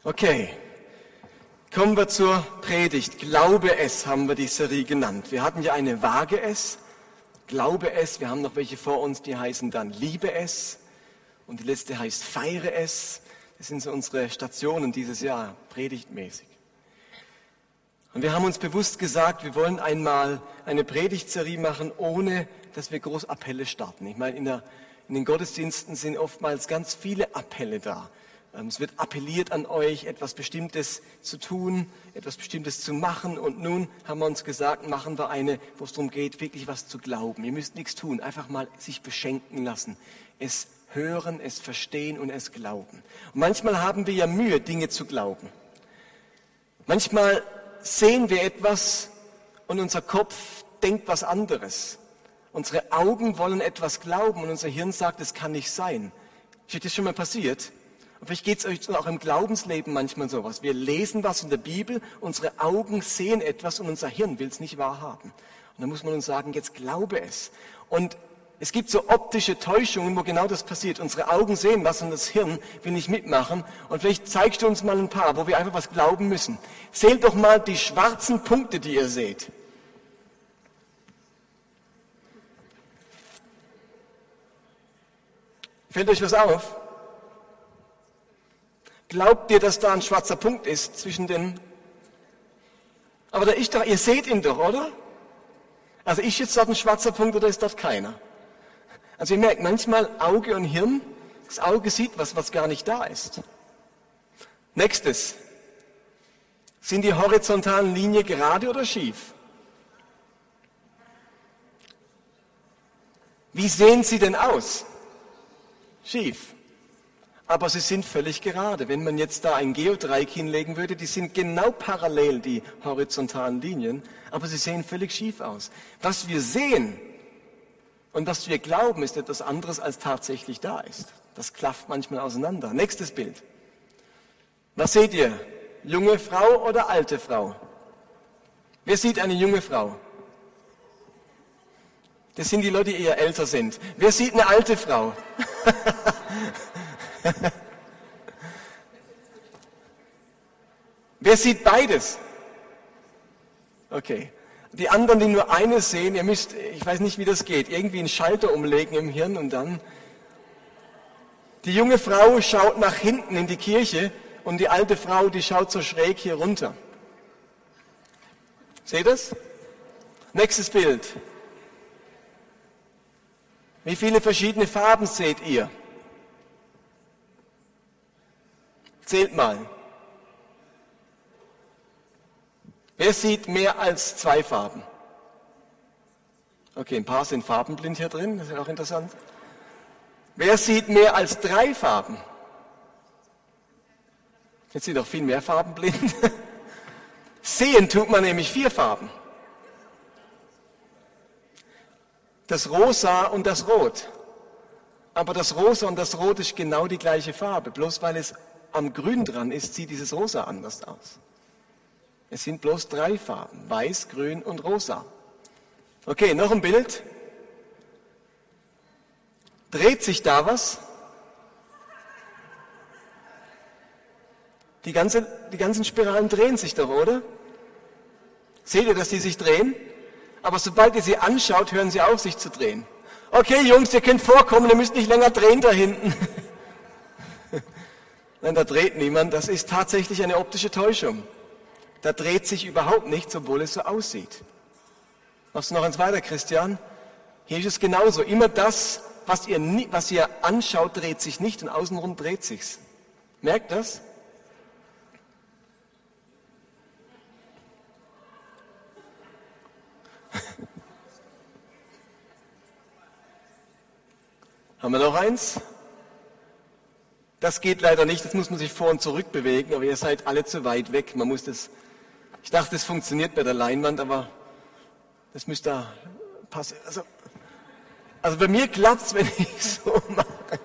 Okay, kommen wir zur Predigt. Glaube es haben wir die Serie genannt. Wir hatten ja eine Wage es, Glaube es, wir haben noch welche vor uns, die heißen dann Liebe es und die letzte heißt Feiere es. Das sind so unsere Stationen dieses Jahr, predigtmäßig. Und wir haben uns bewusst gesagt, wir wollen einmal eine Predigtserie machen, ohne dass wir groß Appelle starten. Ich meine, in den Gottesdiensten sind oftmals ganz viele Appelle da. Es wird appelliert an euch, etwas Bestimmtes zu tun, etwas Bestimmtes zu machen. Und nun haben wir uns gesagt, machen wir eine, wo es darum geht, wirklich was zu glauben. Ihr müsst nichts tun, einfach mal sich beschenken lassen. Es hören, es verstehen und es glauben. Und manchmal haben wir ja Mühe, Dinge zu glauben. Manchmal sehen wir etwas und unser Kopf denkt was anderes. Unsere Augen wollen etwas glauben und unser Hirn sagt, es kann nicht sein. Ist euch das schon mal passiert? Und vielleicht geht es euch auch im Glaubensleben manchmal sowas. Wir lesen was in der Bibel, unsere Augen sehen etwas und unser Hirn will es nicht wahrhaben. Und dann muss man uns sagen, jetzt glaube es. Und es gibt so optische Täuschungen, wo genau das passiert. Unsere Augen sehen was und das Hirn will nicht mitmachen. Und vielleicht zeigst du uns mal ein paar, wo wir einfach was glauben müssen. Zählt doch mal die schwarzen Punkte, die ihr seht. Fällt euch was auf? Glaubt ihr, dass da ein schwarzer Punkt ist zwischen den... Aber da ist doch, ihr seht ihn doch, oder? Also ist jetzt dort ein schwarzer Punkt oder ist dort keiner? Also ihr merkt manchmal Auge und Hirn, das Auge sieht was gar nicht da ist. Nächstes. Sind die horizontalen Linien gerade oder schief? Wie sehen sie denn aus? Schief. Aber sie sind völlig gerade. Wenn man jetzt da ein Geodreieck hinlegen würde, die sind genau parallel, die horizontalen Linien, aber sie sehen völlig schief aus. Was wir sehen und was wir glauben, ist etwas anderes, als tatsächlich da ist. Das klafft manchmal auseinander. Nächstes Bild. Was seht ihr? Junge Frau oder alte Frau? Wer sieht eine junge Frau? Das sind die Leute, die eher älter sind. Wer sieht eine alte Frau? Wer sieht beides? Okay. Die anderen, die nur eines sehen, ihr müsst, ich weiß nicht, wie das geht, irgendwie einen Schalter umlegen im Hirn und dann... Die junge Frau schaut nach hinten in die Kirche und die alte Frau, die schaut so schräg hier runter. Seht ihr das? Nächstes Bild. Wie viele verschiedene Farben seht ihr? Zählt mal. Wer sieht mehr als 2 Farben? Okay, ein paar sind farbenblind hier drin, das ist auch interessant. Wer sieht mehr als 3 Farben? Jetzt sind doch viel mehr farbenblind. Sehen tut man nämlich 4 Farben. Das Rosa und das Rot. Aber das Rosa und das Rot ist genau die gleiche Farbe. Bloß weil es am Grün dran ist, sieht dieses Rosa anders aus. Es sind bloß 3 Farben. Weiß, Grün und Rosa. Okay, noch ein Bild. Dreht sich da was? Die ganzen Spiralen drehen sich doch, oder? Seht ihr, dass die sich drehen? Aber sobald ihr sie anschaut, hören sie auf, sich zu drehen. Okay, Jungs, ihr könnt vorkommen, ihr müsst nicht länger drehen da hinten. Nein, da dreht niemand. Das ist tatsächlich eine optische Täuschung. Da dreht sich überhaupt nichts, obwohl es so aussieht. Machst du noch eins weiter, Christian? Hier ist es genauso. Immer das, was ihr anschaut, dreht sich nicht und außenrum dreht sich's. Merkt das? Haben wir noch eins? Das geht leider nicht, das muss man sich vor und zurück bewegen, aber ihr seid alle zu weit weg. Man muss das. Ich dachte, das funktioniert bei der Leinwand, aber das müsste da passen. Also bei mir klappt's, wenn ich so mache.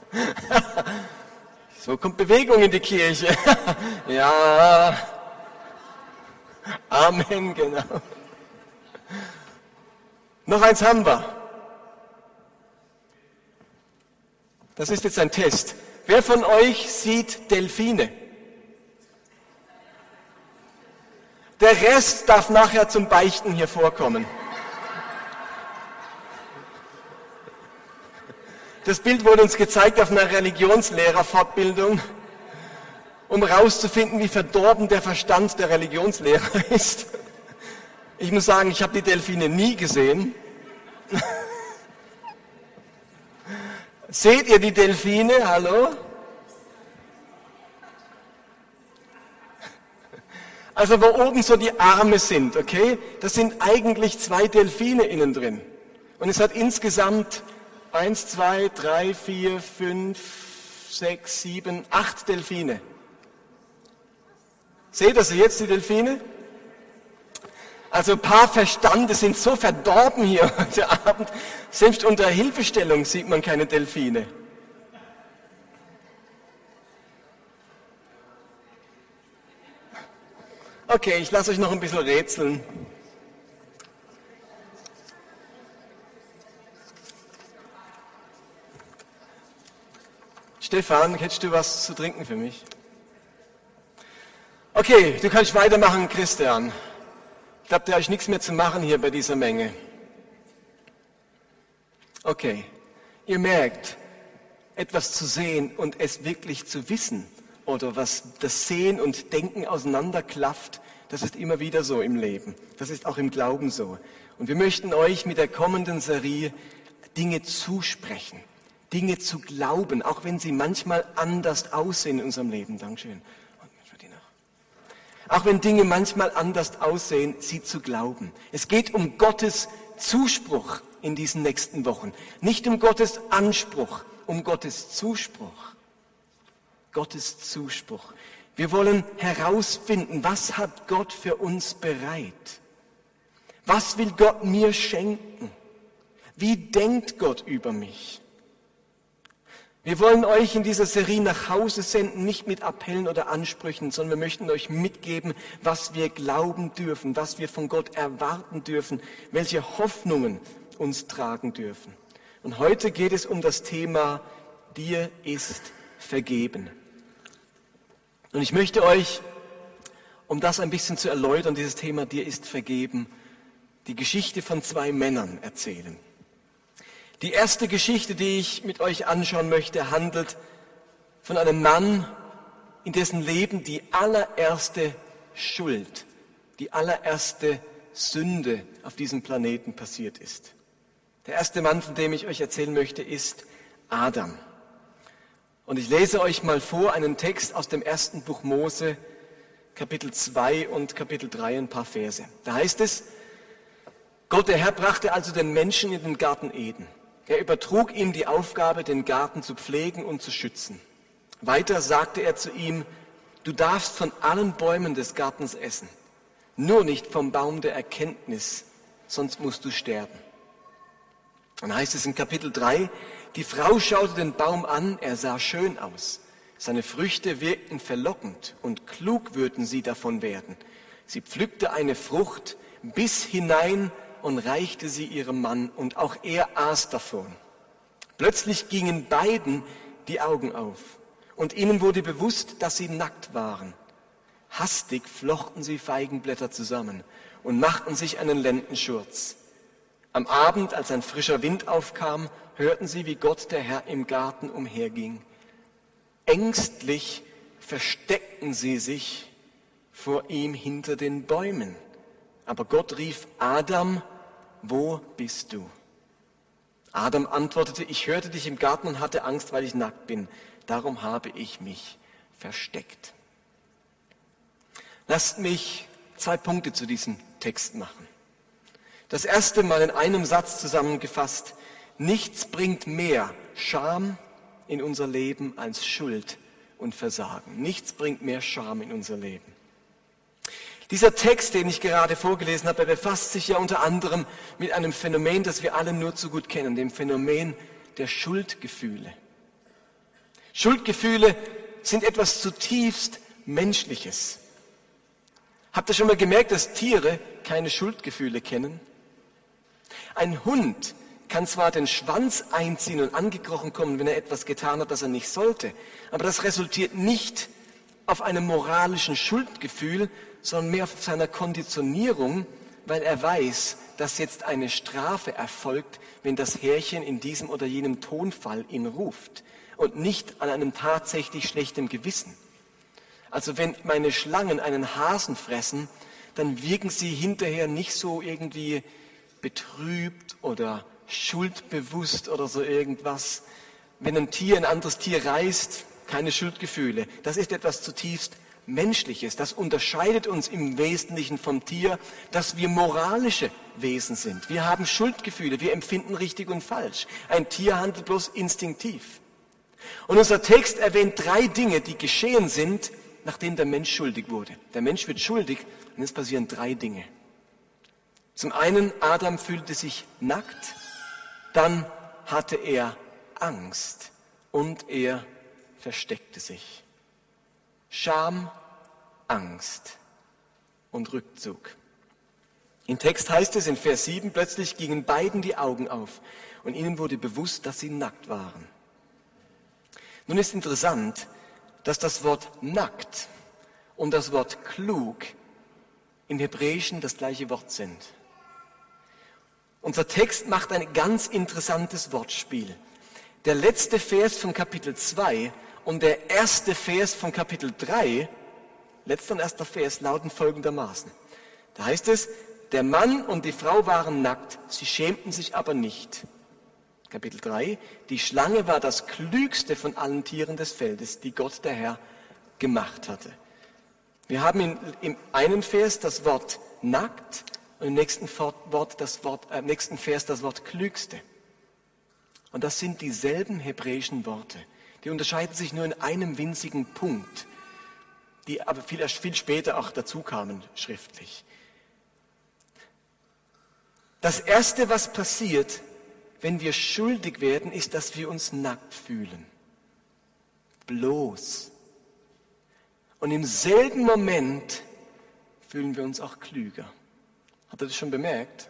So kommt Bewegung in die Kirche. Ja. Amen, genau. Noch eins haben wir. Das ist jetzt ein Test. Wer von euch sieht Delfine? Der Rest darf nachher zum Beichten hier vorkommen. Das Bild wurde uns gezeigt auf einer Religionslehrerfortbildung, um herauszufinden, wie verdorben der Verstand der Religionslehrer ist. Ich muss sagen, ich habe die Delfine nie gesehen. Seht ihr die Delfine? Hallo? Also wo oben so die Arme sind, okay? Das sind eigentlich 2 Delfine innen drin. Und es hat insgesamt 1, 2, 3, 4, 5, 6, 7, 8 Delfine. Seht ihr sie jetzt, die Delfine? Also ein paar Verstande sind so verdorben hier heute Abend. Selbst unter Hilfestellung sieht man keine Delfine. Okay, ich lasse euch noch ein bisschen rätseln. Stefan, hättest du was zu trinken für mich? Okay, du kannst weitermachen, Christian. Ich glaube, da ist nichts mehr zu machen hier bei dieser Menge. Okay, ihr merkt, etwas zu sehen und es wirklich zu wissen oder was das Sehen und Denken auseinanderklafft, das ist immer wieder so im Leben. Das ist auch im Glauben so. Und wir möchten euch mit der kommenden Serie Dinge zusprechen, Dinge zu glauben, auch wenn sie manchmal anders aussehen in unserem Leben. Dankeschön. Auch wenn Dinge manchmal anders aussehen, sie zu glauben. Es geht um Gottes Zuspruch in diesen nächsten Wochen. Nicht um Gottes Anspruch, um Gottes Zuspruch. Gottes Zuspruch. Wir wollen herausfinden, was hat Gott für uns bereit? Was will Gott mir schenken? Wie denkt Gott über mich? Wir wollen euch in dieser Serie nach Hause senden, nicht mit Appellen oder Ansprüchen, sondern wir möchten euch mitgeben, was wir glauben dürfen, was wir von Gott erwarten dürfen, welche Hoffnungen uns tragen dürfen. Und heute geht es um das Thema, dir ist vergeben. Und ich möchte euch, um das ein bisschen zu erläutern, dieses Thema, dir ist vergeben, die Geschichte von 2 Männern erzählen. Die erste Geschichte, die ich mit euch anschauen möchte, handelt von einem Mann, in dessen Leben die allererste Schuld, die allererste Sünde auf diesem Planeten passiert ist. Der erste Mann, von dem ich euch erzählen möchte, ist Adam. Und ich lese euch mal vor einen Text aus dem 1. Buch Mose, Kapitel 2 und Kapitel 3, ein paar Verse. Da heißt es, Gott, der Herr, brachte also den Menschen in den Garten Eden. Er übertrug ihm die Aufgabe, den Garten zu pflegen und zu schützen. Weiter sagte er zu ihm, du darfst von allen Bäumen des Gartens essen, nur nicht vom Baum der Erkenntnis, sonst musst du sterben. Dann heißt es in Kapitel 3, die Frau schaute den Baum an, er sah schön aus. Seine Früchte wirkten verlockend und klug würden sie davon werden. Sie pflückte eine Frucht, biss hinein und reichte sie ihrem Mann, und auch er aß davon. Plötzlich gingen beiden die Augen auf, und ihnen wurde bewusst, dass sie nackt waren. Hastig flochten sie Feigenblätter zusammen und machten sich einen Lendenschurz. Am Abend, als ein frischer Wind aufkam, hörten sie, wie Gott der Herr im Garten umherging. Ängstlich versteckten sie sich vor ihm hinter den Bäumen. Aber Gott rief, Adam, wo bist du? Adam antwortete, ich hörte dich im Garten und hatte Angst, weil ich nackt bin. Darum habe ich mich versteckt. Lasst mich 2 Punkte zu diesem Text machen. Das erste Mal in einem Satz zusammengefasst, nichts bringt mehr Scham in unser Leben als Schuld und Versagen. Nichts bringt mehr Scham in unser Leben. Dieser Text, den ich gerade vorgelesen habe, befasst sich ja unter anderem mit einem Phänomen, das wir alle nur zu gut kennen, dem Phänomen der Schuldgefühle. Schuldgefühle sind etwas zutiefst Menschliches. Habt ihr schon mal gemerkt, dass Tiere keine Schuldgefühle kennen? Ein Hund kann zwar den Schwanz einziehen und angekrochen kommen, wenn er etwas getan hat, das er nicht sollte, aber das resultiert nicht auf einem moralischen Schuldgefühl, sondern mehr auf seiner Konditionierung, weil er weiß, dass jetzt eine Strafe erfolgt, wenn das Härchen in diesem oder jenem Tonfall ihn ruft und nicht an einem tatsächlich schlechten Gewissen. Also wenn meine Schlangen einen Hasen fressen, dann wirken sie hinterher nicht so irgendwie betrübt oder schuldbewusst oder so irgendwas. Wenn ein Tier ein anderes Tier reißt, keine Schuldgefühle. Das ist etwas zutiefst Menschliches. Das unterscheidet uns im Wesentlichen vom Tier, dass wir moralische Wesen sind. Wir haben Schuldgefühle, wir empfinden richtig und falsch. Ein Tier handelt bloß instinktiv. Und unser Text erwähnt 3 Dinge, die geschehen sind, nachdem der Mensch schuldig wurde. Der Mensch wird schuldig und es passieren 3 Dinge. Zum einen, Adam fühlte sich nackt, dann hatte er Angst und er versteckte sich. Scham, Angst und Rückzug. Im Text heißt es in Vers 7, plötzlich gingen beiden die Augen auf und ihnen wurde bewusst, dass sie nackt waren. Nun ist interessant, dass das Wort nackt und das Wort klug im Hebräischen das gleiche Wort sind. Unser Text macht ein ganz interessantes Wortspiel. Der letzte Vers von Kapitel 2 und der erste Vers von Kapitel 3, letzter und erster Vers, lauten folgendermaßen. Da heißt es, der Mann und die Frau waren nackt, sie schämten sich aber nicht. Kapitel 3, die Schlange war das klügste von allen Tieren des Feldes, die Gott der Herr gemacht hatte. Wir haben im einen Vers das Wort nackt und im nächsten Vers das Wort klügste. Und das sind dieselben hebräischen Worte. Die unterscheiden sich nur in einem winzigen Punkt, die aber viel später auch dazu kamen schriftlich. Das Erste, was passiert, wenn wir schuldig werden, ist, dass wir uns nackt fühlen. Bloß. Und im selben Moment fühlen wir uns auch klüger. Habt ihr das schon bemerkt?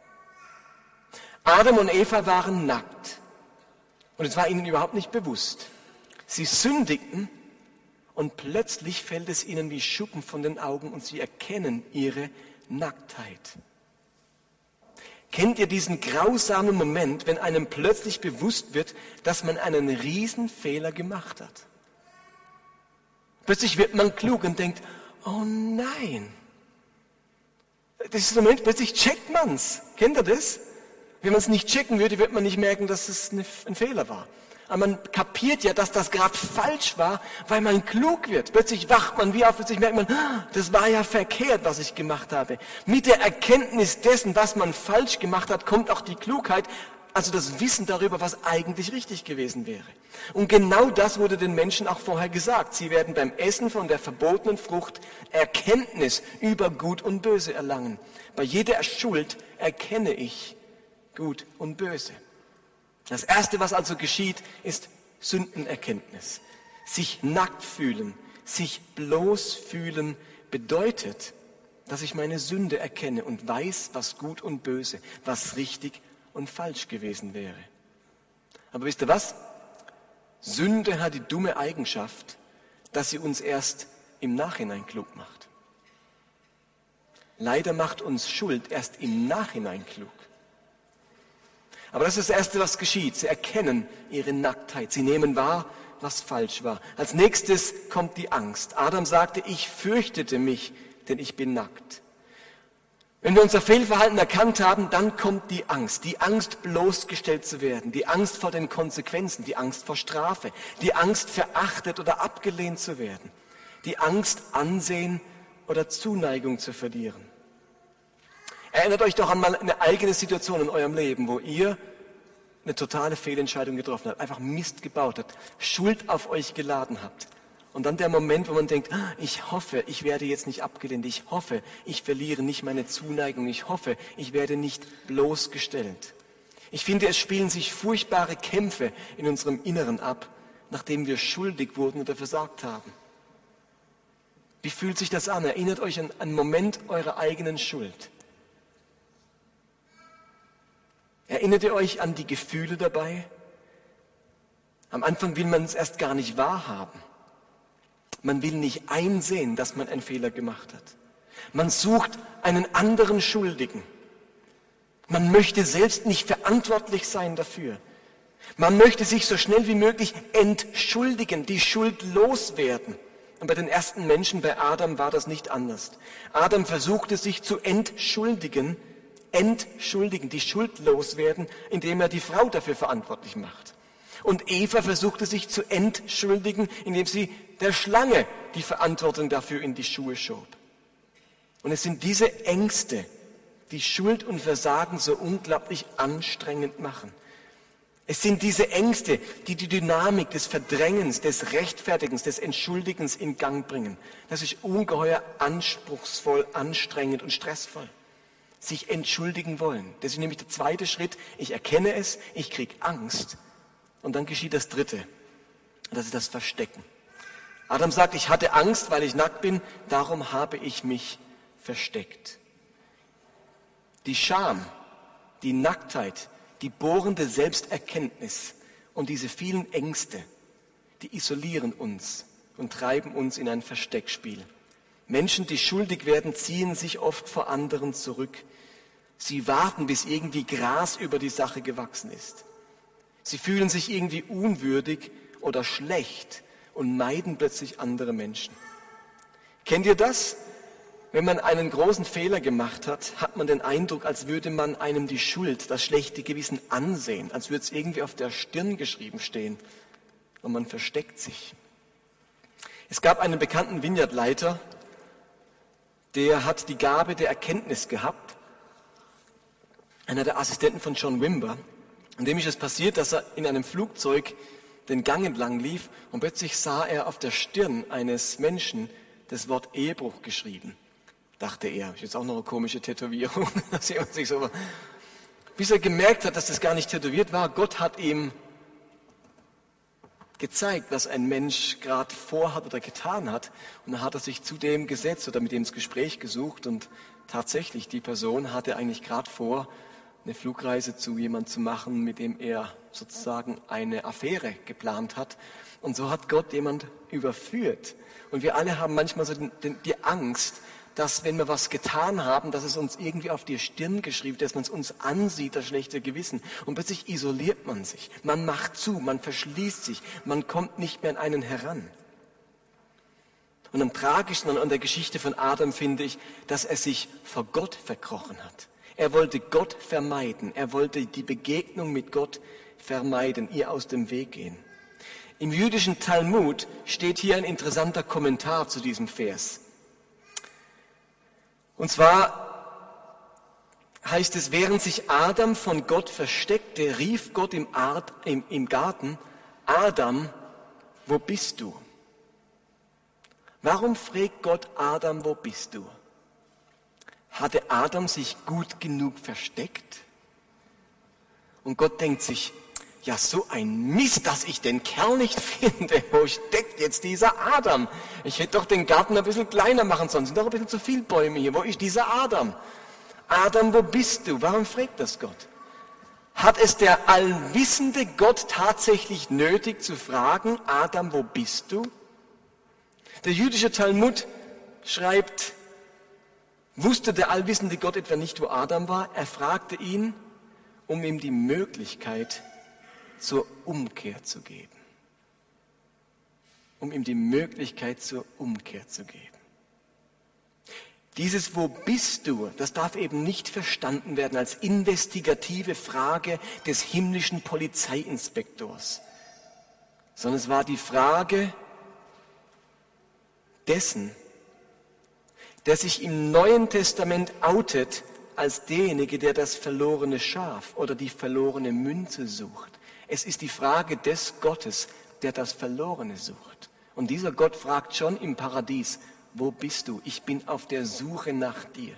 Adam und Eva waren nackt. Und es war ihnen überhaupt nicht bewusst. Sie sündigten und plötzlich fällt es ihnen wie Schuppen von den Augen und sie erkennen ihre Nacktheit. Kennt ihr diesen grausamen Moment, wenn einem plötzlich bewusst wird, dass man einen Riesenfehler gemacht hat? Plötzlich wird man klug und denkt, oh nein. Das ist der Moment, plötzlich checkt man's. Kennt ihr das? Wenn man es nicht checken würde, wird man nicht merken, dass es ein Fehler war. Aber man kapiert ja, dass das gerade falsch war, weil man klug wird. Plötzlich wacht man wie auf, plötzlich merkt man, das war ja verkehrt, was ich gemacht habe. Mit der Erkenntnis dessen, was man falsch gemacht hat, kommt auch die Klugheit, also das Wissen darüber, was eigentlich richtig gewesen wäre. Und genau das wurde den Menschen auch vorher gesagt. Sie werden beim Essen von der verbotenen Frucht Erkenntnis über Gut und Böse erlangen. Bei jeder Schuld erkenne ich Gut und Böse. Das Erste, was also geschieht, ist Sündenerkenntnis. Sich nackt fühlen, sich bloß fühlen, bedeutet, dass ich meine Sünde erkenne und weiß, was gut und böse, was richtig und falsch gewesen wäre. Aber wisst ihr was? Sünde hat die dumme Eigenschaft, dass sie uns erst im Nachhinein klug macht. Leider macht uns Schuld erst im Nachhinein klug. Aber das ist das Erste, was geschieht. Sie erkennen ihre Nacktheit. Sie nehmen wahr, was falsch war. Als nächstes kommt die Angst. Adam sagte, ich fürchtete mich, denn ich bin nackt. Wenn wir unser Fehlverhalten erkannt haben, dann kommt die Angst bloßgestellt zu werden, die Angst vor den Konsequenzen, die Angst vor Strafe, die Angst verachtet oder abgelehnt zu werden, die Angst Ansehen oder Zuneigung zu verlieren. Erinnert euch doch an mal eine eigene Situation in eurem Leben, wo ihr eine totale Fehlentscheidung getroffen habt, einfach Mist gebaut habt, Schuld auf euch geladen habt. Und dann der Moment, wo man denkt, ich hoffe, ich werde jetzt nicht abgelehnt, ich hoffe, ich verliere nicht meine Zuneigung, ich hoffe, ich werde nicht bloßgestellt. Ich finde, es spielen sich furchtbare Kämpfe in unserem Inneren ab, nachdem wir schuldig wurden oder versagt haben. Wie fühlt sich das an? Erinnert euch an einen Moment eurer eigenen Schuld. Erinnert ihr euch an die Gefühle dabei? Am Anfang will man es erst gar nicht wahrhaben. Man will nicht einsehen, dass man einen Fehler gemacht hat. Man sucht einen anderen Schuldigen. Man möchte selbst nicht verantwortlich sein dafür. Man möchte sich so schnell wie möglich entschuldigen, die Schuld loswerden. Und bei den ersten Menschen, bei Adam, war das nicht anders. Adam versuchte sich zu entschuldigen, die Schuld loswerden, indem er die Frau dafür verantwortlich macht. Und Eva versuchte sich zu entschuldigen, indem sie der Schlange die Verantwortung dafür in die Schuhe schob. Und es sind diese Ängste, die Schuld und Versagen so unglaublich anstrengend machen. Es sind diese Ängste, die die Dynamik des Verdrängens, des Rechtfertigens, des Entschuldigens in Gang bringen. Das ist ungeheuer anspruchsvoll, anstrengend und stressvoll. Sich entschuldigen wollen. Das ist nämlich der zweite Schritt. Ich erkenne es, ich kriege Angst. Und dann geschieht das dritte. Das ist das Verstecken. Adam sagt, ich hatte Angst, weil ich nackt bin, darum habe ich mich versteckt. Die Scham, die Nacktheit, die bohrende Selbsterkenntnis und diese vielen Ängste, die isolieren uns und treiben uns in ein Versteckspiel. Menschen, die schuldig werden, ziehen sich oft vor anderen zurück. Sie warten, bis irgendwie Gras über die Sache gewachsen ist. Sie fühlen sich irgendwie unwürdig oder schlecht und meiden plötzlich andere Menschen. Kennt ihr das? Wenn man einen großen Fehler gemacht hat, hat man den Eindruck, als würde man einem die Schuld, das schlechte Gewissen ansehen, als würde es irgendwie auf der Stirn geschrieben stehen und man versteckt sich. Es gab einen bekannten Vineyardleiter, der hat die Gabe der Erkenntnis gehabt, einer der Assistenten von John Wimber. Und dem ist es passiert, dass er in einem Flugzeug den Gang entlang lief und plötzlich sah er auf der Stirn eines Menschen das Wort Ehebruch geschrieben. Dachte er, ist jetzt auch noch eine komische Tätowierung, dass jemand sich so, bis er gemerkt hat, dass das gar nicht tätowiert war. Gott hat ihm gezeigt, was ein Mensch gerade vorhat oder getan hat. Und dann hat er sich zu dem gesetzt oder mit dem ins Gespräch gesucht. Und tatsächlich, die Person hatte eigentlich gerade vor, eine Flugreise zu jemandem zu machen, mit dem er sozusagen eine Affäre geplant hat. Und so hat Gott jemand überführt. Und wir alle haben manchmal so die Angst, dass wenn wir was getan haben, dass es uns irgendwie auf die Stirn geschrieben, dass man es uns ansieht, das schlechte Gewissen. Und plötzlich isoliert man sich. Man macht zu, man verschließt sich, man kommt nicht mehr an einen heran. Und am tragischsten an der Geschichte von Adam finde ich, dass er sich vor Gott verkrochen hat. Er wollte Gott vermeiden. Er wollte die Begegnung mit Gott vermeiden, ihr aus dem Weg gehen. Im jüdischen Talmud steht hier ein interessanter Kommentar zu diesem Vers. Und zwar heißt es, während sich Adam von Gott versteckte, rief Gott im Garten, Adam, wo bist du? Warum fragt Gott Adam, wo bist du? Hatte Adam sich gut genug versteckt? Und Gott denkt sich, ja, so ein Mist, dass ich den Kerl nicht finde. Wo steckt jetzt dieser Adam? Ich hätte doch den Garten ein bisschen kleiner machen sollen. Es sind doch ein bisschen zu viele Bäume hier. Wo ist dieser Adam? Adam, wo bist du? Warum fragt das Gott? Hat es der allwissende Gott tatsächlich nötig zu fragen, Adam, wo bist du? Der jüdische Talmud schreibt, wusste der allwissende Gott etwa nicht, wo Adam war? Er fragte ihn, um ihm die Möglichkeit zur Umkehr zu geben. Um ihm die Möglichkeit zur Umkehr zu geben. Dieses Wo bist du, das darf eben nicht verstanden werden als investigative Frage des himmlischen Polizeiinspektors, sondern es war die Frage dessen, der sich im Neuen Testament outet als derjenige, der das verlorene Schaf oder die verlorene Münze sucht. Es ist die Frage des Gottes, der das Verlorene sucht. Und dieser Gott fragt schon im Paradies, wo bist du? Ich bin auf der Suche nach dir.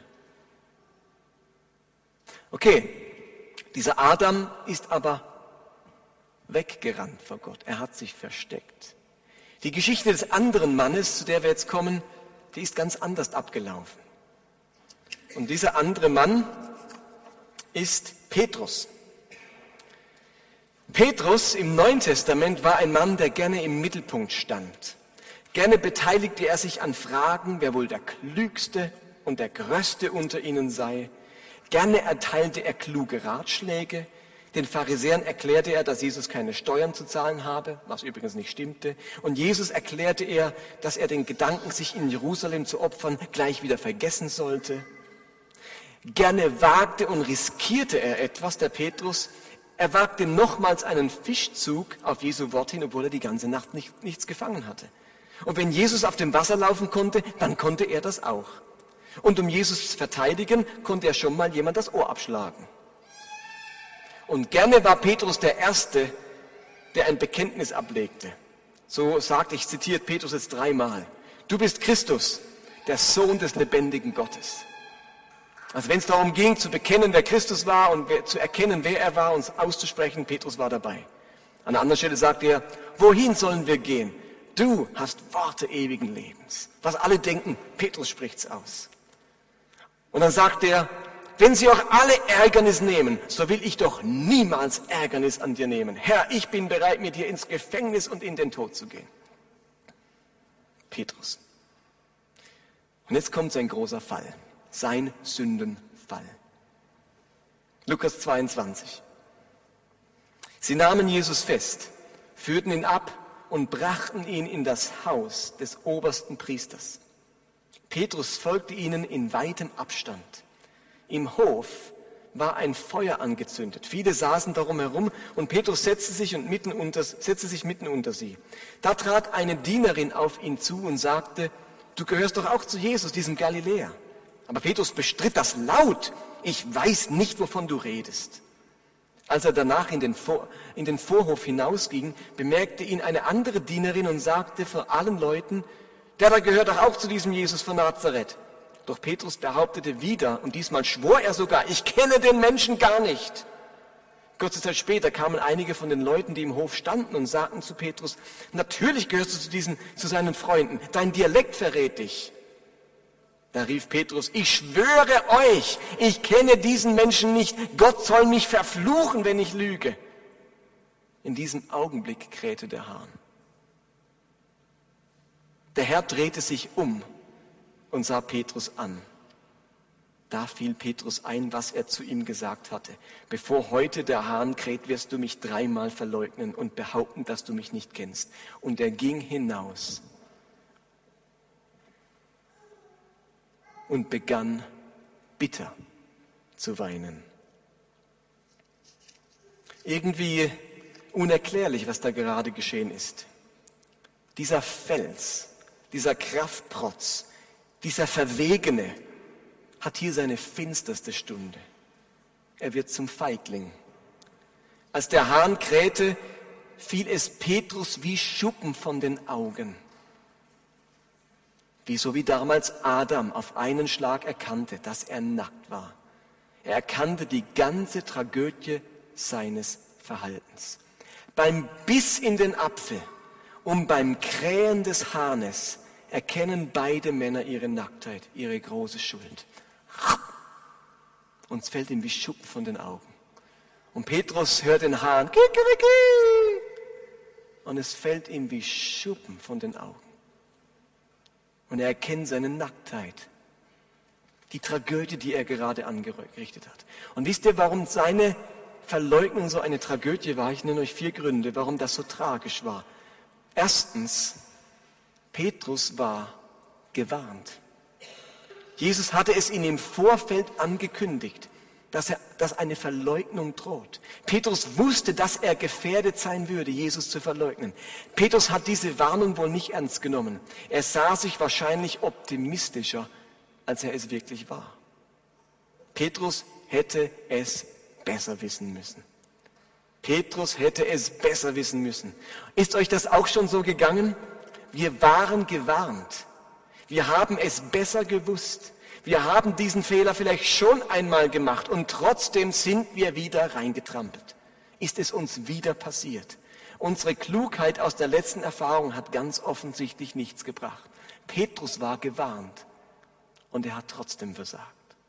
Okay, dieser Adam ist aber weggerannt vor Gott. Er hat sich versteckt. Die Geschichte des anderen Mannes, zu der wir jetzt kommen, die ist ganz anders abgelaufen. Und dieser andere Mann ist Petrus. Petrus im Neuen Testament war ein Mann, der gerne im Mittelpunkt stand. Gerne beteiligte er sich an Fragen, wer wohl der Klügste und der Größte unter ihnen sei. Gerne erteilte er kluge Ratschläge. Den Pharisäern erklärte er, dass Jesus keine Steuern zu zahlen habe, was übrigens nicht stimmte. Und Jesus erklärte er, dass er den Gedanken, sich in Jerusalem zu opfern, gleich wieder vergessen sollte. Gerne wagte und riskierte er etwas, der Petrus. Er wagte nochmals einen Fischzug auf Jesu Wort hin, obwohl er die ganze Nacht nichts gefangen hatte. Und wenn Jesus auf dem Wasser laufen konnte, dann konnte er das auch. Und um Jesus zu verteidigen, konnte er schon mal jemand das Ohr abschlagen. Und gerne war Petrus der Erste, der ein Bekenntnis ablegte. So sagt, ich zitiere Petrus jetzt 3-mal. Du bist Christus, der Sohn des lebendigen Gottes. Also wenn es darum ging, zu bekennen, wer Christus war und zu erkennen, wer er war, uns auszusprechen, Petrus war dabei. An einer anderen Stelle sagt er, wohin sollen wir gehen? Du hast Worte ewigen Lebens. Was alle denken, Petrus spricht's aus. Und dann sagt er, wenn sie auch alle Ärgernis nehmen, so will ich doch niemals Ärgernis an dir nehmen. Herr, ich bin bereit, mit dir ins Gefängnis und in den Tod zu gehen. Petrus. Und jetzt kommt sein großer Fall, sein Sündenfall. Lukas 22. Sie nahmen Jesus fest, führten ihn ab und brachten ihn in das Haus des obersten Priesters. Petrus folgte ihnen in weitem Abstand. Im Hof war ein Feuer angezündet. Viele saßen darum herum und Petrus setzte sich mitten unter sie. Da trat eine Dienerin auf ihn zu und sagte, du gehörst doch auch zu Jesus, diesem Galiläer. Aber Petrus bestritt das laut. Ich weiß nicht, wovon du redest. Als er danach in den Vorhof hinausging, bemerkte ihn eine andere Dienerin und sagte vor allen Leuten, der da gehört doch auch zu diesem Jesus von Nazareth. Doch Petrus behauptete wieder, und diesmal schwor er sogar, ich kenne den Menschen gar nicht. Kurze Zeit später kamen einige von den Leuten, die im Hof standen, und sagten zu Petrus, natürlich gehörst du zu seinen Freunden, dein Dialekt verrät dich. Da rief Petrus, ich schwöre euch, ich kenne diesen Menschen nicht, Gott soll mich verfluchen, wenn ich lüge. In diesem Augenblick krähte der Hahn. Der Herr drehte sich um und sah Petrus an. Da fiel Petrus ein, was er zu ihm gesagt hatte. Bevor heute der Hahn kräht, wirst du mich 3-mal verleugnen und behaupten, dass du mich nicht kennst. Und er ging hinaus und begann bitter zu weinen. Irgendwie unerklärlich, was da gerade geschehen ist. Dieser Fels, dieser Kraftprotz, dieser Verwegene hat hier seine finsterste Stunde. Er wird zum Feigling. Als der Hahn krähte, fiel es Petrus wie Schuppen von den Augen. So wie damals Adam auf einen Schlag erkannte, dass er nackt war. Er erkannte die ganze Tragödie seines Verhaltens. Beim Biss in den Apfel und beim Krähen des Hahnes erkennen beide Männer ihre Nacktheit, ihre große Schuld. Und es fällt ihm wie Schuppen von den Augen. Und Petrus hört den Hahn, Kikeriki! Und es fällt ihm wie Schuppen von den Augen. Und er erkennt seine Nacktheit. Die Tragödie, die er gerade angerichtet hat. Und wisst ihr, warum seine Verleugnung so eine Tragödie war? Ich nenne euch 4 Gründe, warum das so tragisch war. Erstens, Petrus war gewarnt. Jesus hatte es ihm im Vorfeld angekündigt, dass eine Verleugnung droht. Petrus wusste, dass er gefährdet sein würde, Jesus zu verleugnen. Petrus hat diese Warnung wohl nicht ernst genommen. Er sah sich wahrscheinlich optimistischer, als er es wirklich war. Petrus hätte es besser wissen müssen. Petrus hätte es besser wissen müssen. Ist euch das auch schon so gegangen? Wir waren gewarnt. Wir haben es besser gewusst. Wir haben diesen Fehler vielleicht schon einmal gemacht und trotzdem sind wir wieder reingetrampelt. Ist es uns wieder passiert? Unsere Klugheit aus der letzten Erfahrung hat ganz offensichtlich nichts gebracht. Petrus war gewarnt und er hat trotzdem versagt.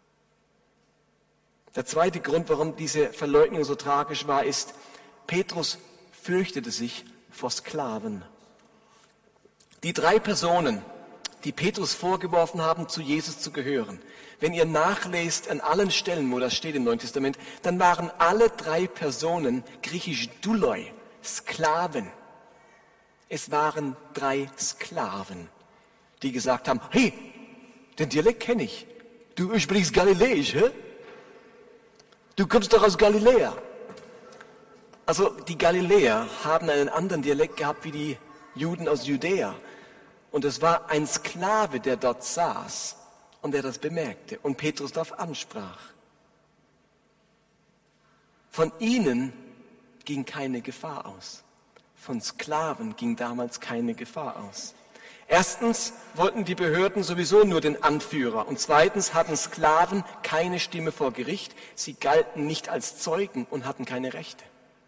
Der zweite Grund, warum diese Verleugnung so tragisch war, ist, Petrus fürchtete sich vor Sklaven. Die 3 Personen, die Petrus vorgeworfen haben, zu Jesus zu gehören, wenn ihr nachlest an allen Stellen, wo das steht im Neuen Testament, dann waren alle 3 Personen griechisch Douloi, Sklaven. Es waren 3 Sklaven, die gesagt haben, hey, den Dialekt kenne ich. Du sprichst Galiläisch, hä? Du kommst doch aus Galiläa. Also die Galiläer haben einen anderen Dialekt gehabt wie die Juden aus Judäa. Und es war ein Sklave, der dort saß und der das bemerkte und Petrus darauf ansprach. Von ihnen ging keine Gefahr aus. Von Sklaven ging damals keine Gefahr aus. Erstens wollten die Behörden sowieso nur den Anführer und zweitens hatten Sklaven keine Stimme vor Gericht. Sie galten nicht als Zeugen und hatten keine Rechte.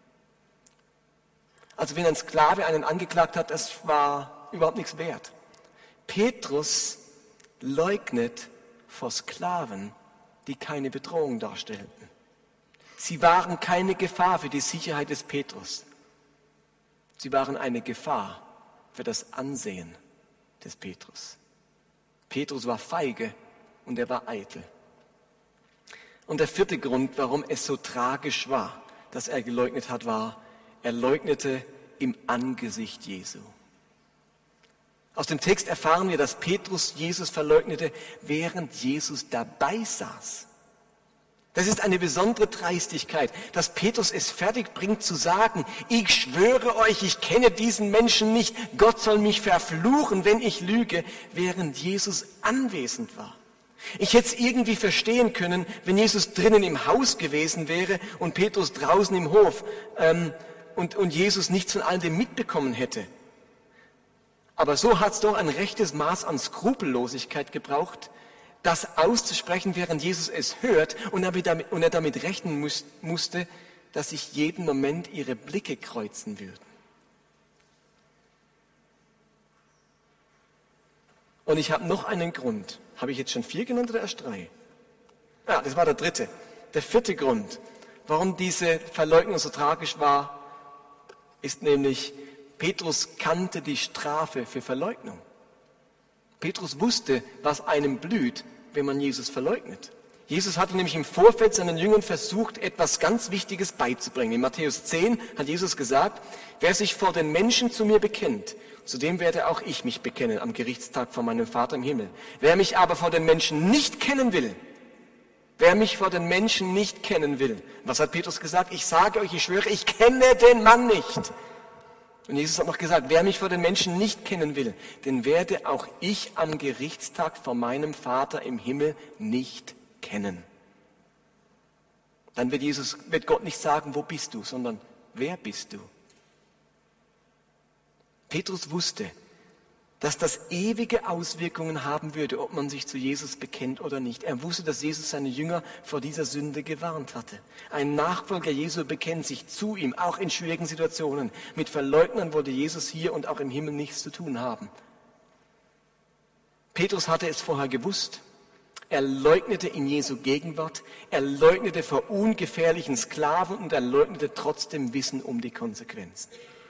Also wenn ein Sklave einen angeklagt hat, das war überhaupt nichts wert. Petrus leugnet vor Sklaven, die keine Bedrohung darstellten. Sie waren keine Gefahr für die Sicherheit des Petrus. Sie waren eine Gefahr für das Ansehen des Petrus. Petrus war feige und er war eitel. Und der 4. Grund, warum es so tragisch war, dass er geleugnet hat, war, er leugnete im Angesicht Jesu. Aus dem Text erfahren wir, dass Petrus Jesus verleugnete, während Jesus dabei saß. Das ist eine besondere Dreistigkeit, dass Petrus es fertig bringt zu sagen, ich schwöre euch, ich kenne diesen Menschen nicht, Gott soll mich verfluchen, wenn ich lüge, während Jesus anwesend war. Ich hätte es irgendwie verstehen können, wenn Jesus drinnen im Haus gewesen wäre und Petrus draußen im Hof und Jesus nichts von all dem mitbekommen hätte. Aber so hat es doch ein rechtes Maß an Skrupellosigkeit gebraucht, das auszusprechen, während Jesus es hört und er damit rechnen musste, dass sich jeden Moment ihre Blicke kreuzen würden. Und ich habe noch einen Grund. Habe ich jetzt schon 4 genannt oder erst 3? Ja, das war der 3. Der 4. Grund, warum diese Verleugnung so tragisch war, ist nämlich, Petrus kannte die Strafe für Verleugnung. Petrus wusste, was einem blüht, wenn man Jesus verleugnet. Jesus hatte nämlich im Vorfeld seinen Jüngern versucht, etwas ganz Wichtiges beizubringen. In Matthäus 10 hat Jesus gesagt, wer sich vor den Menschen zu mir bekennt, zu dem werde auch ich mich bekennen am Gerichtstag vor meinem Vater im Himmel. Wer mich aber vor den Menschen nicht kennen will, was hat Petrus gesagt? Ich sage euch, ich schwöre, ich kenne den Mann nicht. Und Jesus hat noch gesagt, wer mich vor den Menschen nicht kennen will, den werde auch ich am Gerichtstag vor meinem Vater im Himmel nicht kennen. Dann wird Gott nicht sagen, wo bist du, sondern wer bist du? Petrus wusste, dass das ewige Auswirkungen haben würde, ob man sich zu Jesus bekennt oder nicht. Er wusste, dass Jesus seine Jünger vor dieser Sünde gewarnt hatte. Ein Nachfolger Jesu bekennt sich zu ihm, auch in schwierigen Situationen. Mit Verleugnern wollte Jesus hier und auch im Himmel nichts zu tun haben. Petrus hatte es vorher gewusst. Er leugnete in Jesu Gegenwart, er leugnete vor ungefährlichen Sklaven und er leugnete trotzdem Wissen um die Konsequenzen.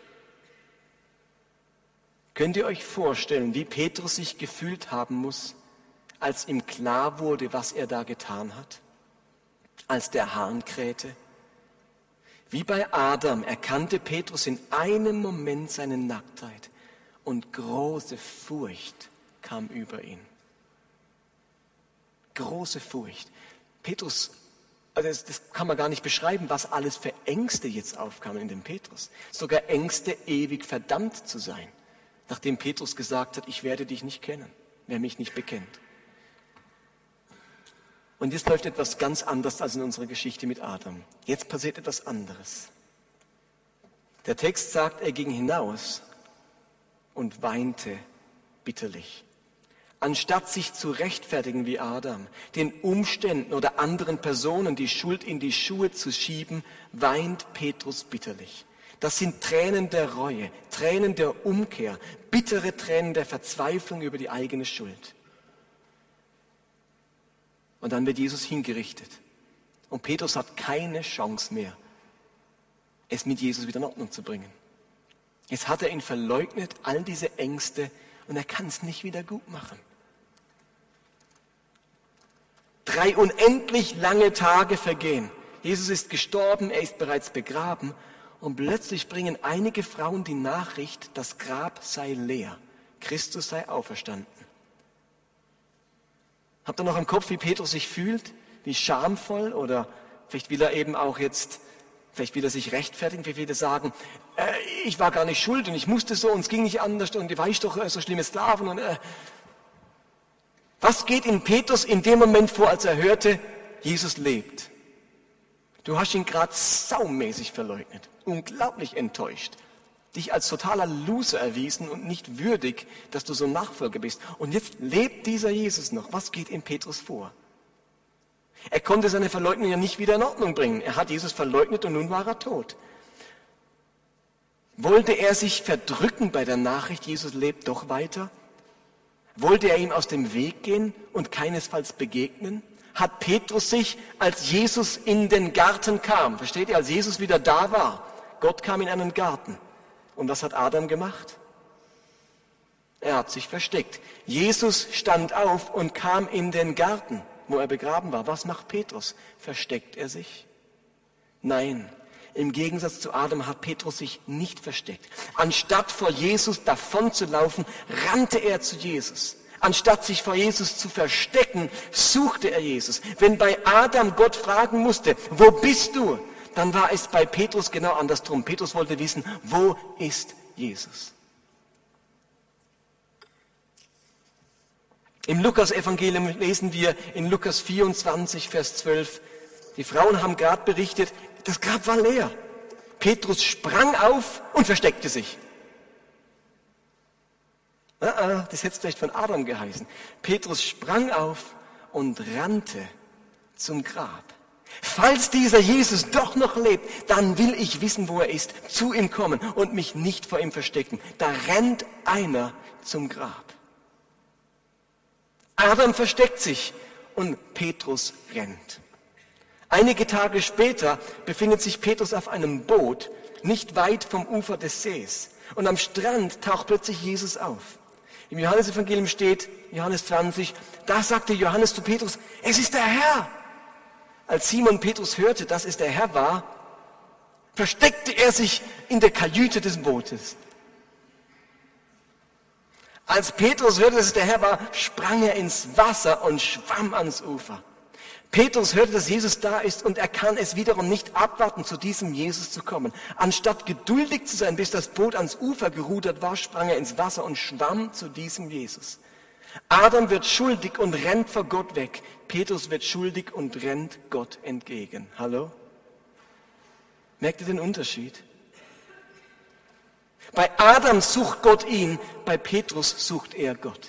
Könnt ihr euch vorstellen, wie Petrus sich gefühlt haben muss, als ihm klar wurde, was er da getan hat? Als der Hahn krähte? Wie bei Adam erkannte Petrus in einem Moment seine Nacktheit und große Furcht kam über ihn. Große Furcht. Petrus, also das kann man gar nicht beschreiben, was alles für Ängste jetzt aufkamen in dem Petrus. Sogar Ängste, ewig verdammt zu sein. Nachdem Petrus gesagt hat, ich werde dich nicht kennen, wer mich nicht bekennt. Und jetzt läuft etwas ganz anderes als in unserer Geschichte mit Adam. Jetzt passiert etwas anderes. Der Text sagt, er ging hinaus und weinte bitterlich. Anstatt sich zu rechtfertigen wie Adam, den Umständen oder anderen Personen die Schuld in die Schuhe zu schieben, weint Petrus bitterlich. Das sind Tränen der Reue, Tränen der Umkehr, bittere Tränen der Verzweiflung über die eigene Schuld. Und dann wird Jesus hingerichtet. Und Petrus hat keine Chance mehr, es mit Jesus wieder in Ordnung zu bringen. Jetzt hat er ihn verleugnet, all diese Ängste, und er kann es nicht wieder gut machen. 3 unendlich lange Tage vergehen. Jesus ist gestorben, er ist bereits begraben und plötzlich bringen einige Frauen die Nachricht, das Grab sei leer, Christus sei auferstanden. Habt ihr noch im Kopf, wie Petrus sich fühlt? Wie schamvoll oder vielleicht will er eben auch jetzt, vielleicht will er sich rechtfertigen, vielleicht will er sagen, ich war gar nicht schuld und ich musste so und es ging nicht anders und war ich doch so schlimme Sklaven. Und, was geht in Petrus in dem Moment vor, als er hörte, Jesus lebt? Du hast ihn gerade saumäßig verleugnet, unglaublich enttäuscht, dich als totaler Loser erwiesen und nicht würdig, dass du so ein Nachfolger bist. Und jetzt lebt dieser Jesus noch. Was geht in Petrus vor? Er konnte seine Verleugnung ja nicht wieder in Ordnung bringen. Er hat Jesus verleugnet und nun war er tot. Wollte er sich verdrücken bei der Nachricht, Jesus lebt doch weiter? Wollte er ihm aus dem Weg gehen und keinesfalls begegnen? Hat Petrus sich, als Jesus in den Garten kam, versteht ihr, als Jesus wieder da war, Gott kam in einen Garten. Und was hat Adam gemacht? Er hat sich versteckt. Jesus stand auf und kam in den Garten, wo er begraben war. Was macht Petrus? Versteckt er sich? Nein, im Gegensatz zu Adam hat Petrus sich nicht versteckt. Anstatt vor Jesus davonzulaufen, rannte er zu Jesus. Anstatt sich vor Jesus zu verstecken, suchte er Jesus. Wenn bei Adam Gott fragen musste, wo bist du? Dann war es bei Petrus genau andersrum. Petrus wollte wissen, wo ist Jesus? Im Lukas-Evangelium lesen wir in Lukas 24, Vers 12, die Frauen haben gerade berichtet, das Grab war leer. Petrus sprang auf und versteckte sich. Das hätte es vielleicht von Adam geheißen. Petrus sprang auf und rannte zum Grab. Falls dieser Jesus doch noch lebt, dann will ich wissen, wo er ist, zu ihm kommen und mich nicht vor ihm verstecken. Da rennt einer zum Grab. Adam versteckt sich und Petrus rennt. Einige Tage später befindet sich Petrus auf einem Boot, nicht weit vom Ufer des Sees. Und am Strand taucht plötzlich Jesus auf. Im Johannesevangelium steht, Johannes 20, da sagte Johannes zu Petrus, es ist der Herr. Als Simon Petrus hörte, dass es der Herr war, versteckte er sich in der Kajüte des Bootes. Als Petrus hörte, dass es der Herr war, sprang er ins Wasser und schwamm ans Ufer. Petrus hörte, dass Jesus da ist und er kann es wiederum nicht abwarten, zu diesem Jesus zu kommen. Anstatt geduldig zu sein, bis das Boot ans Ufer gerudert war, sprang er ins Wasser und schwamm zu diesem Jesus. Adam wird schuldig und rennt vor Gott weg. Petrus wird schuldig und rennt Gott entgegen. Hallo? Merkt ihr den Unterschied? Bei Adam sucht Gott ihn, bei Petrus sucht er Gott.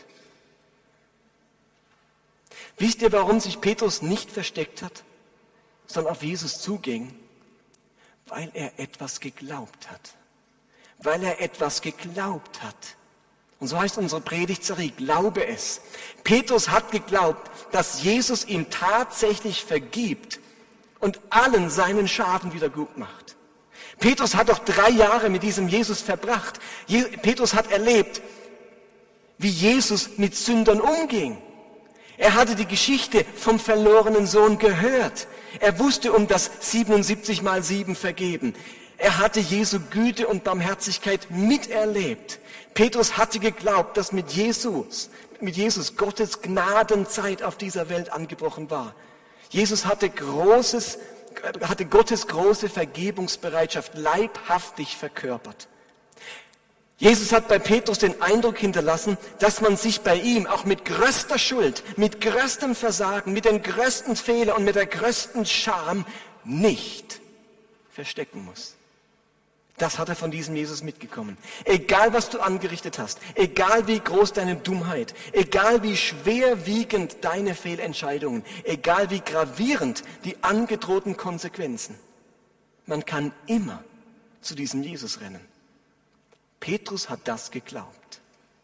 Wisst ihr, warum sich Petrus nicht versteckt hat, sondern auf Jesus zuging? Weil er etwas geglaubt hat. Weil er etwas geglaubt hat. Und so heißt unsere Predigtserie, glaube es. Petrus hat geglaubt, dass Jesus ihm tatsächlich vergibt und allen seinen Schaden wieder gut macht. Petrus hat doch 3 Jahre mit diesem Jesus verbracht. Petrus hat erlebt, wie Jesus mit Sündern umging. Er hatte die Geschichte vom verlorenen Sohn gehört. Er wusste um das 77 mal 7 vergeben. Er hatte Jesu Güte und Barmherzigkeit miterlebt. Petrus hatte geglaubt, dass mit Jesus Gottes Gnadenzeit auf dieser Welt angebrochen war. Jesus hatte Gottes große Vergebungsbereitschaft leibhaftig verkörpert. Jesus hat bei Petrus den Eindruck hinterlassen, dass man sich bei ihm auch mit größter Schuld, mit größtem Versagen, mit den größten Fehlern und mit der größten Scham nicht verstecken muss. Das hat er von diesem Jesus mitgekommen. Egal, was du angerichtet hast, egal wie groß deine Dummheit, egal wie schwerwiegend deine Fehlentscheidungen, egal wie gravierend die angedrohten Konsequenzen, man kann immer zu diesem Jesus rennen. Petrus hat das geglaubt.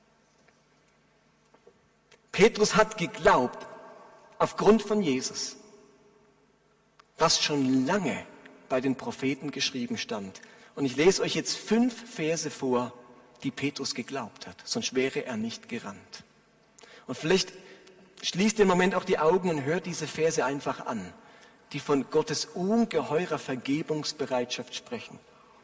Petrus hat geglaubt, aufgrund von Jesus, was schon lange bei den Propheten geschrieben stand. Und ich lese euch jetzt 5 Verse vor, die Petrus geglaubt hat. Sonst wäre er nicht gerannt. Und vielleicht schließt im Moment auch die Augen und hört diese Verse einfach an, die von Gottes ungeheurer Vergebungsbereitschaft sprechen.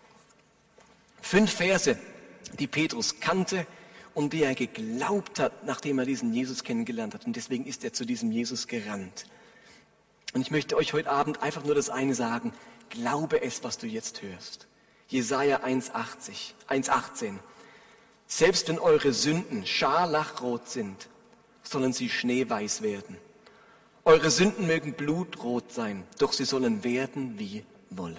5 Verse, die Petrus kannte und die er geglaubt hat, nachdem er diesen Jesus kennengelernt hat. Und deswegen ist er zu diesem Jesus gerannt. Und ich möchte euch heute Abend einfach nur das eine sagen: Glaube es, was du jetzt hörst. Jesaja 1,18. Selbst wenn eure Sünden scharlachrot sind, sollen sie schneeweiß werden. Eure Sünden mögen blutrot sein, doch sie sollen werden wie Wolle.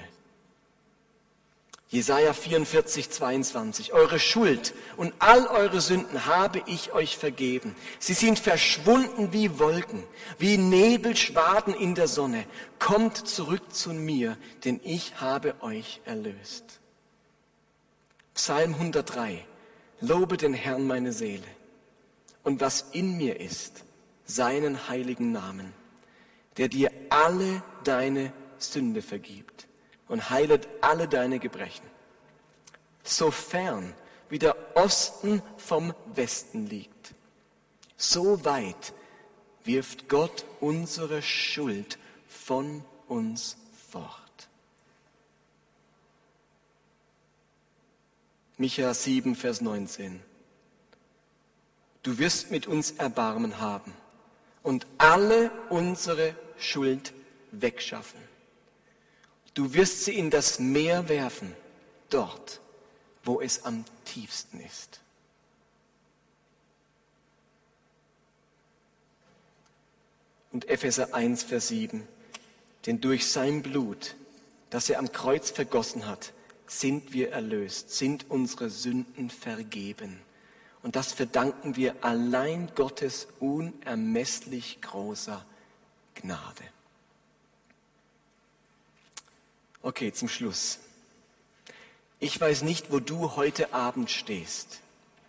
Jesaja 44,22. Eure Schuld und all eure Sünden habe ich euch vergeben. Sie sind verschwunden wie Wolken, wie Nebelschwaden in der Sonne. Kommt zurück zu mir, denn ich habe euch erlöst. Psalm 103. Lobe den Herrn meine Seele und was in mir ist, seinen heiligen Namen, der dir alle deine Sünde vergibt und heilet alle deine Gebrechen. So fern wie der Osten vom Westen liegt, so weit wirft Gott unsere Schuld von uns fort. Micha 7, Vers 19. Du wirst mit uns Erbarmen haben und alle unsere Schuld wegschaffen. Du wirst sie in das Meer werfen, dort, wo es am tiefsten ist. Und Epheser 1, Vers 7. Denn durch sein Blut, das er am Kreuz vergossen hat, sind wir erlöst, sind unsere Sünden vergeben. Und das verdanken wir allein Gottes unermesslich großer Gnade. Okay, zum Schluss. Ich weiß nicht, wo du heute Abend stehst.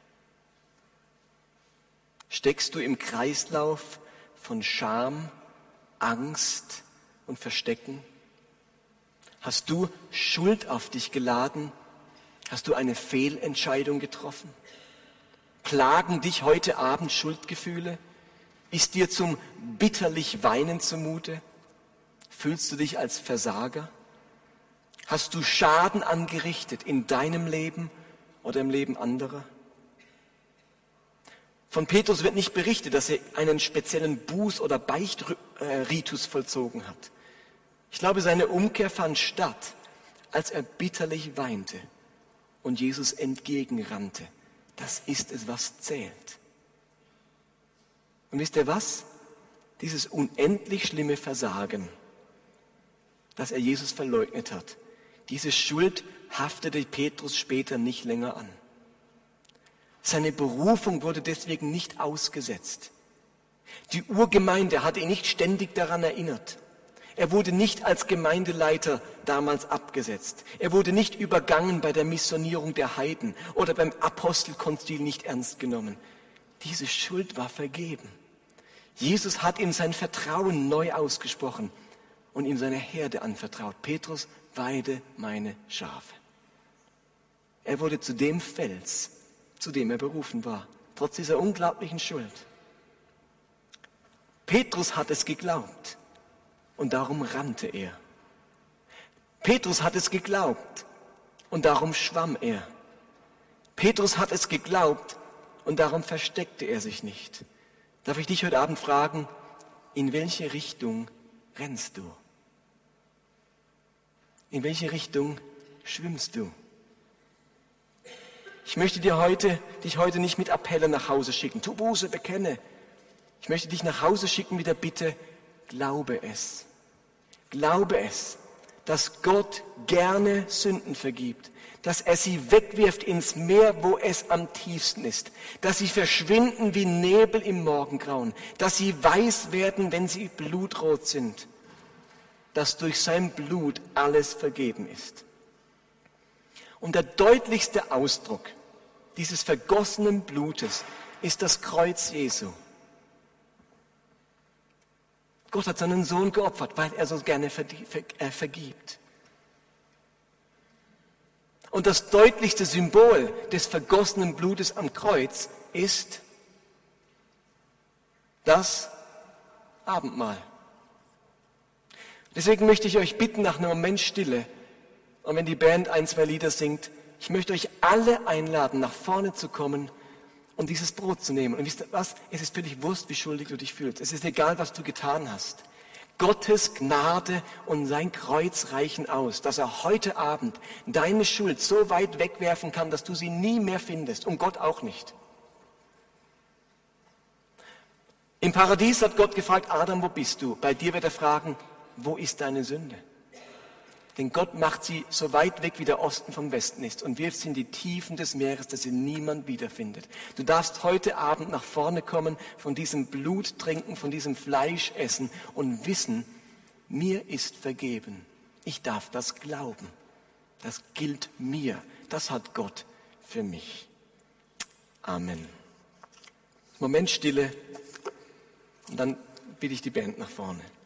Steckst du im Kreislauf von Scham, Angst und Verstecken? Hast du Schuld auf dich geladen? Hast du eine Fehlentscheidung getroffen? Plagen dich heute Abend Schuldgefühle? Ist dir zum bitterlich Weinen zumute? Fühlst du dich als Versager? Hast du Schaden angerichtet in deinem Leben oder im Leben anderer? Von Petrus wird nicht berichtet, dass er einen speziellen Buß- oder Beichtritus vollzogen hat. Ich glaube, seine Umkehr fand statt, als er bitterlich weinte und Jesus entgegenrannte. Das ist es, was zählt. Und wisst ihr was? Dieses unendlich schlimme Versagen, dass er Jesus verleugnet hat, diese Schuld haftete Petrus später nicht länger an. Seine Berufung wurde deswegen nicht ausgesetzt. Die Urgemeinde hatte ihn nicht ständig daran erinnert. Er wurde nicht als Gemeindeleiter damals abgesetzt. Er wurde nicht übergangen bei der Missionierung der Heiden oder beim Apostelkonzil nicht ernst genommen. Diese Schuld war vergeben. Jesus hat ihm sein Vertrauen neu ausgesprochen und ihm seine Herde anvertraut. Petrus, weide meine Schafe. Er wurde zu dem Fels, zu dem er berufen war, trotz dieser unglaublichen Schuld. Petrus hat es geglaubt. Und darum rannte er. Petrus hat es geglaubt und darum schwamm er. Petrus hat es geglaubt und darum versteckte er sich nicht. Darf ich dich heute Abend fragen, in welche Richtung rennst du? In welche Richtung schwimmst du? Ich möchte dich heute nicht mit Appellen nach Hause schicken. Tu Buße, bekenne. Ich möchte dich nach Hause schicken mit der Bitte, glaube es. Glaube es, dass Gott gerne Sünden vergibt, dass er sie wegwirft ins Meer, wo es am tiefsten ist, dass sie verschwinden wie Nebel im Morgengrauen, dass sie weiß werden, wenn sie blutrot sind, dass durch sein Blut alles vergeben ist. Und der deutlichste Ausdruck dieses vergossenen Blutes ist das Kreuz Jesu. Gott hat seinen Sohn geopfert, weil er so gerne vergibt. Und das deutlichste Symbol des vergossenen Blutes am Kreuz ist das Abendmahl. Deswegen möchte ich euch bitten, nach einem Moment Stille, und wenn die Band 1, 2 Lieder singt, ich möchte euch alle einladen, nach vorne zu kommen und dieses Brot zu nehmen. Und wisst ihr was? Es ist völlig wurscht, wie schuldig du dich fühlst. Es ist egal, was du getan hast. Gottes Gnade und sein Kreuz reichen aus, dass er heute Abend deine Schuld so weit wegwerfen kann, dass du sie nie mehr findest und Gott auch nicht. Im Paradies hat Gott gefragt, Adam, wo bist du? Bei dir wird er fragen, wo ist deine Sünde? Denn Gott macht sie so weit weg, wie der Osten vom Westen ist und wirft sie in die Tiefen des Meeres, dass sie niemand wiederfindet. Du darfst heute Abend nach vorne kommen, von diesem Blut trinken, von diesem Fleisch essen und wissen, mir ist vergeben. Ich darf das glauben. Das gilt mir. Das hat Gott für mich. Amen. Moment Stille und dann bitte ich die Band nach vorne.